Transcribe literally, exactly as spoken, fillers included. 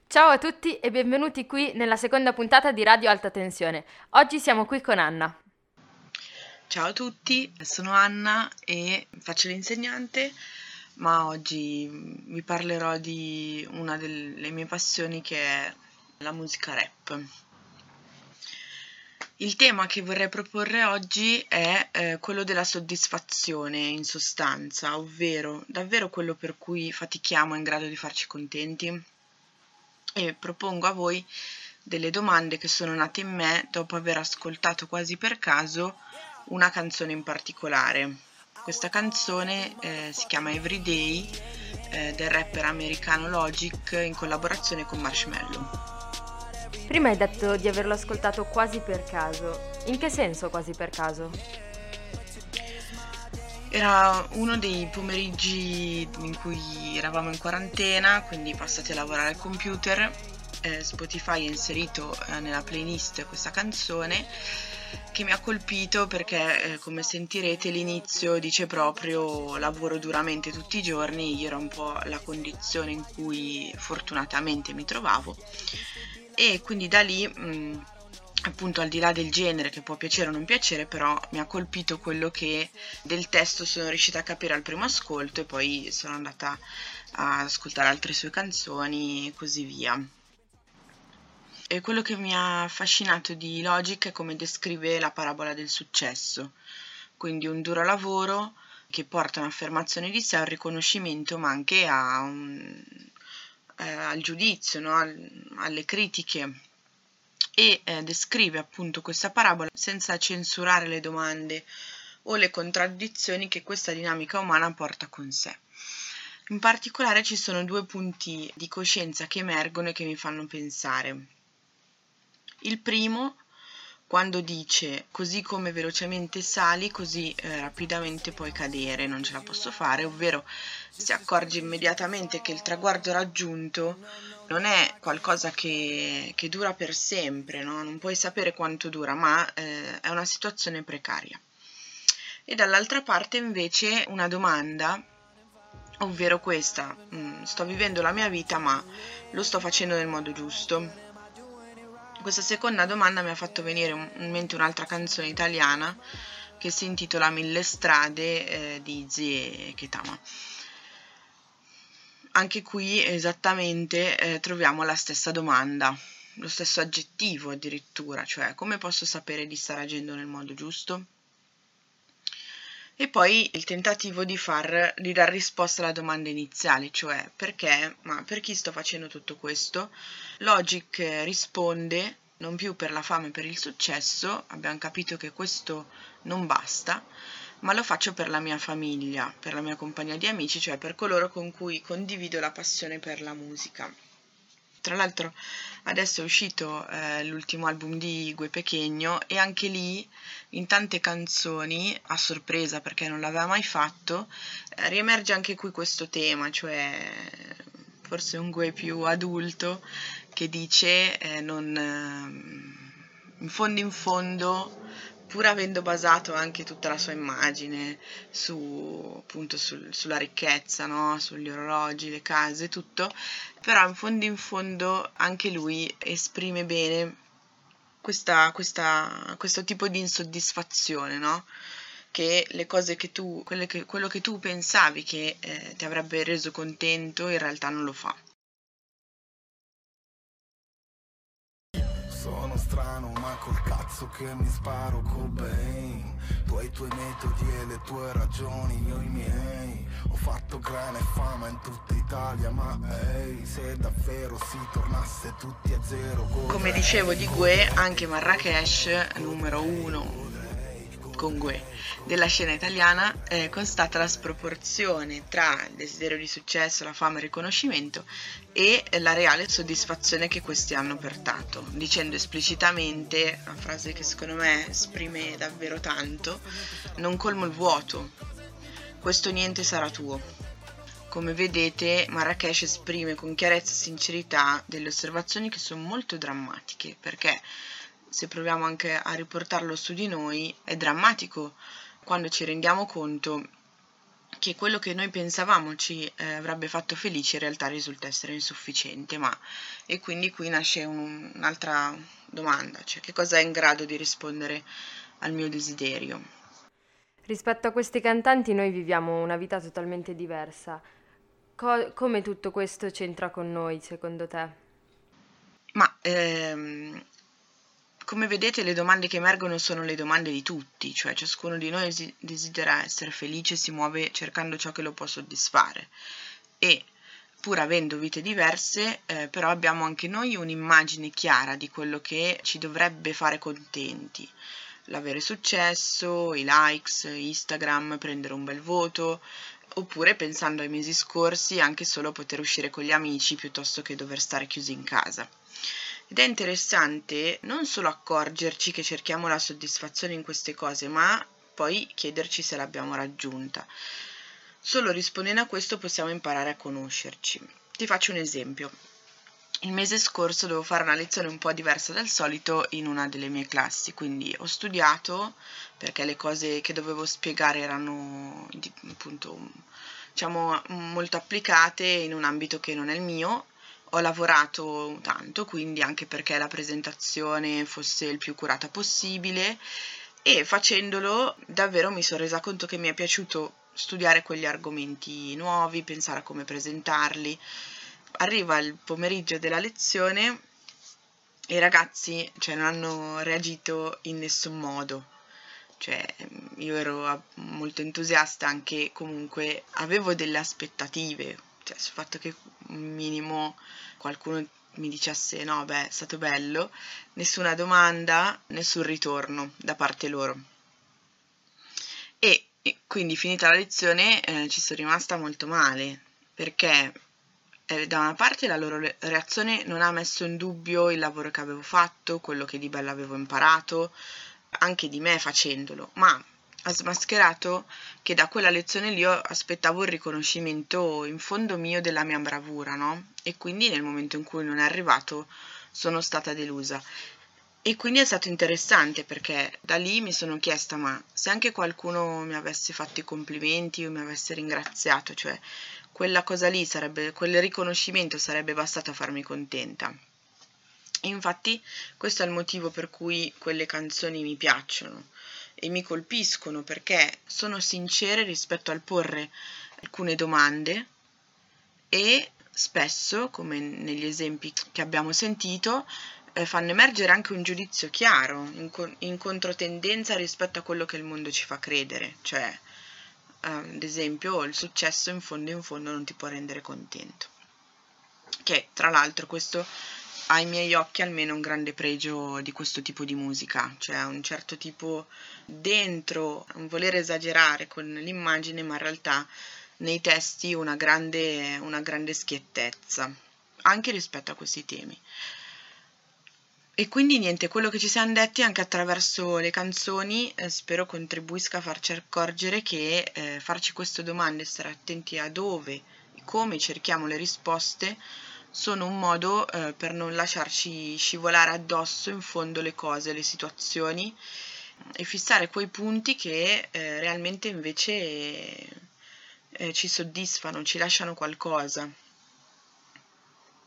Ciao a tutti e benvenuti qui nella seconda puntata di Radio Alta Tensione. Oggi siamo qui con Anna. Ciao a tutti, sono Anna e faccio l'insegnante, ma oggi vi parlerò di una delle mie passioni che è la musica rap. Il tema che vorrei proporre oggi è eh, quello della soddisfazione in sostanza, ovvero davvero quello per cui fatichiamo è in grado di farci contenti? E propongo a voi delle domande che sono nate in me dopo aver ascoltato quasi per caso una canzone in particolare. Questa canzone eh, si chiama Everyday eh, del rapper americano Logic in collaborazione con Marshmello. Prima hai detto di averlo ascoltato quasi per caso. In che senso quasi per caso? Era uno dei pomeriggi in cui eravamo in quarantena, quindi passati a lavorare al computer. eh, Spotify ha inserito eh, nella playlist questa canzone che mi ha colpito perché, eh, come sentirete, l'inizio dice proprio lavoro duramente tutti i giorni. Io era un po' la condizione in cui fortunatamente mi trovavo e quindi da lì mh, appunto, al di là del genere che può piacere o non piacere, però mi ha colpito quello che del testo sono riuscita a capire al primo ascolto e poi sono andata ad ascoltare altre sue canzoni e così via. E quello che mi ha affascinato di Logic è come descrive la parabola del successo, quindi un duro lavoro che porta a un'affermazione di sé, a un riconoscimento, ma anche a un, eh, al giudizio, no? Al, alle critiche. E eh, descrive appunto questa parabola senza censurare le domande o le contraddizioni che questa dinamica umana porta con sé. In particolare ci sono due punti di coscienza che emergono e che mi fanno pensare. Il primo, quando dice così come velocemente sali, così eh, rapidamente puoi cadere, non ce la posso fare, ovvero si accorge immediatamente che il traguardo raggiunto non è qualcosa che, che dura per sempre, no? Non puoi sapere quanto dura, ma eh, è una situazione precaria. E dall'altra parte invece una domanda, ovvero questa, mh, sto vivendo la mia vita ma lo sto facendo nel modo giusto? Questa seconda domanda mi ha fatto venire in mente un'altra canzone italiana che si intitola Mille strade eh, di Zie Ketama. Anche qui esattamente eh, troviamo la stessa domanda, lo stesso aggettivo addirittura, cioè come posso sapere di stare agendo nel modo giusto? E poi il tentativo di far di dar risposta alla domanda iniziale, cioè perché, ma per chi sto facendo tutto questo? Logic risponde non più per la fame e per il successo, abbiamo capito che questo non basta, ma lo faccio per la mia famiglia, per la mia compagnia di amici, cioè per coloro con cui condivido la passione per la musica. Tra l'altro adesso è uscito eh, l'ultimo album di Gue Pequeno e anche lì in tante canzoni, a sorpresa perché non l'aveva mai fatto, eh, riemerge anche qui questo tema, cioè forse un Gue più adulto che dice eh, non, eh, in fondo in fondo, pur avendo basato anche tutta la sua immagine su, appunto, sul, sulla ricchezza, no? Sugli orologi, le case, tutto, però in fondo in fondo anche lui esprime bene questa, questa, questo tipo di insoddisfazione, no? Che le cose che tu, quelle che, quello che tu pensavi che eh, ti avrebbe reso contento in realtà non lo fa. Sono strano ma col cazzo che mi sparo Cobain. Tu hai i tuoi metodi e le tue ragioni, io i miei. Ho fatto grana e fama in tutta Italia, ma ehi, hey, se davvero si tornasse tutti a zero. Come dicevo di Gue, anche Marrakesh, numero uno con Gue della scena italiana, eh, constata la sproporzione tra il desiderio di successo, la fama e il riconoscimento e la reale soddisfazione che questi hanno portato, dicendo esplicitamente, una frase che secondo me esprime davvero tanto: non colmo il vuoto, questo niente sarà tuo. Come vedete, Marrakesh esprime con chiarezza e sincerità delle osservazioni che sono molto drammatiche, perché se proviamo anche a riportarlo su di noi, è drammatico quando ci rendiamo conto che quello che noi pensavamo ci eh, avrebbe fatto felici in realtà risulta essere insufficiente, ma e quindi qui nasce un, un'altra domanda, cioè che cosa è in grado di rispondere al mio desiderio. Rispetto a questi cantanti noi viviamo una vita totalmente diversa. Co- come tutto questo c'entra con noi, secondo te? Ma ehm, come vedete le domande che emergono sono le domande di tutti, cioè ciascuno di noi esi- desidera essere felice, si muove cercando ciò che lo può soddisfare e pur avendo vite diverse, eh, però abbiamo anche noi un'immagine chiara di quello che ci dovrebbe fare contenti. L'avere successo, i likes, Instagram, prendere un bel voto, oppure pensando ai mesi scorsi anche solo poter uscire con gli amici piuttosto che dover stare chiusi in casa. Ed è interessante non solo accorgerci che cerchiamo la soddisfazione in queste cose, ma poi chiederci se l'abbiamo raggiunta. Solo rispondendo a questo possiamo imparare a conoscerci. Ti faccio un esempio. Il mese scorso dovevo fare una lezione un po' diversa dal solito in una delle mie classi, quindi ho studiato perché le cose che dovevo spiegare erano appunto, diciamo, molto applicate in un ambito che non è il mio. Ho lavorato tanto, quindi anche perché la presentazione fosse il più curata possibile e facendolo davvero mi sono resa conto che mi è piaciuto studiare quegli argomenti nuovi, pensare a come presentarli. Arriva il pomeriggio della lezione e i ragazzi, cioè, non hanno reagito in nessun modo. Cioè, io ero molto entusiasta, anche comunque avevo delle aspettative, cioè sul fatto che un minimo qualcuno mi dicesse no, beh, è stato bello, nessuna domanda, nessun ritorno da parte loro. E, e quindi finita la lezione eh, ci sono rimasta molto male, perché eh, da una parte la loro reazione non ha messo in dubbio il lavoro che avevo fatto, quello che di bello avevo imparato, anche di me facendolo, ma ha smascherato che da quella lezione lì io aspettavo il riconoscimento in fondo mio della mia bravura, no? E quindi nel momento in cui non è arrivato sono stata delusa. E quindi è stato interessante perché da lì mi sono chiesta, ma se anche qualcuno mi avesse fatto i complimenti o mi avesse ringraziato, cioè quella cosa lì sarebbe, quel riconoscimento sarebbe bastato a farmi contenta. E infatti questo è il motivo per cui quelle canzoni mi piacciono e mi colpiscono, perché sono sincere rispetto al porre alcune domande e spesso, come negli esempi che abbiamo sentito, eh, fanno emergere anche un giudizio chiaro, in, co- in controtendenza rispetto a quello che il mondo ci fa credere, cioè eh, ad esempio il successo in fondo in fondo non ti può rendere contento, che tra l'altro questo ai miei occhi almeno un grande pregio di questo tipo di musica, cioè un certo tipo dentro, un voler esagerare con l'immagine, ma in realtà nei testi una grande, una grande schiettezza, anche rispetto a questi temi. E quindi niente, quello che ci siamo detti anche attraverso le canzoni eh, spero contribuisca a farci accorgere che eh, farci queste domande, stare attenti a dove e come cerchiamo le risposte, sono un modo eh, per non lasciarci scivolare addosso in fondo le cose, le situazioni e fissare quei punti che eh, realmente invece eh, ci soddisfano, ci lasciano qualcosa.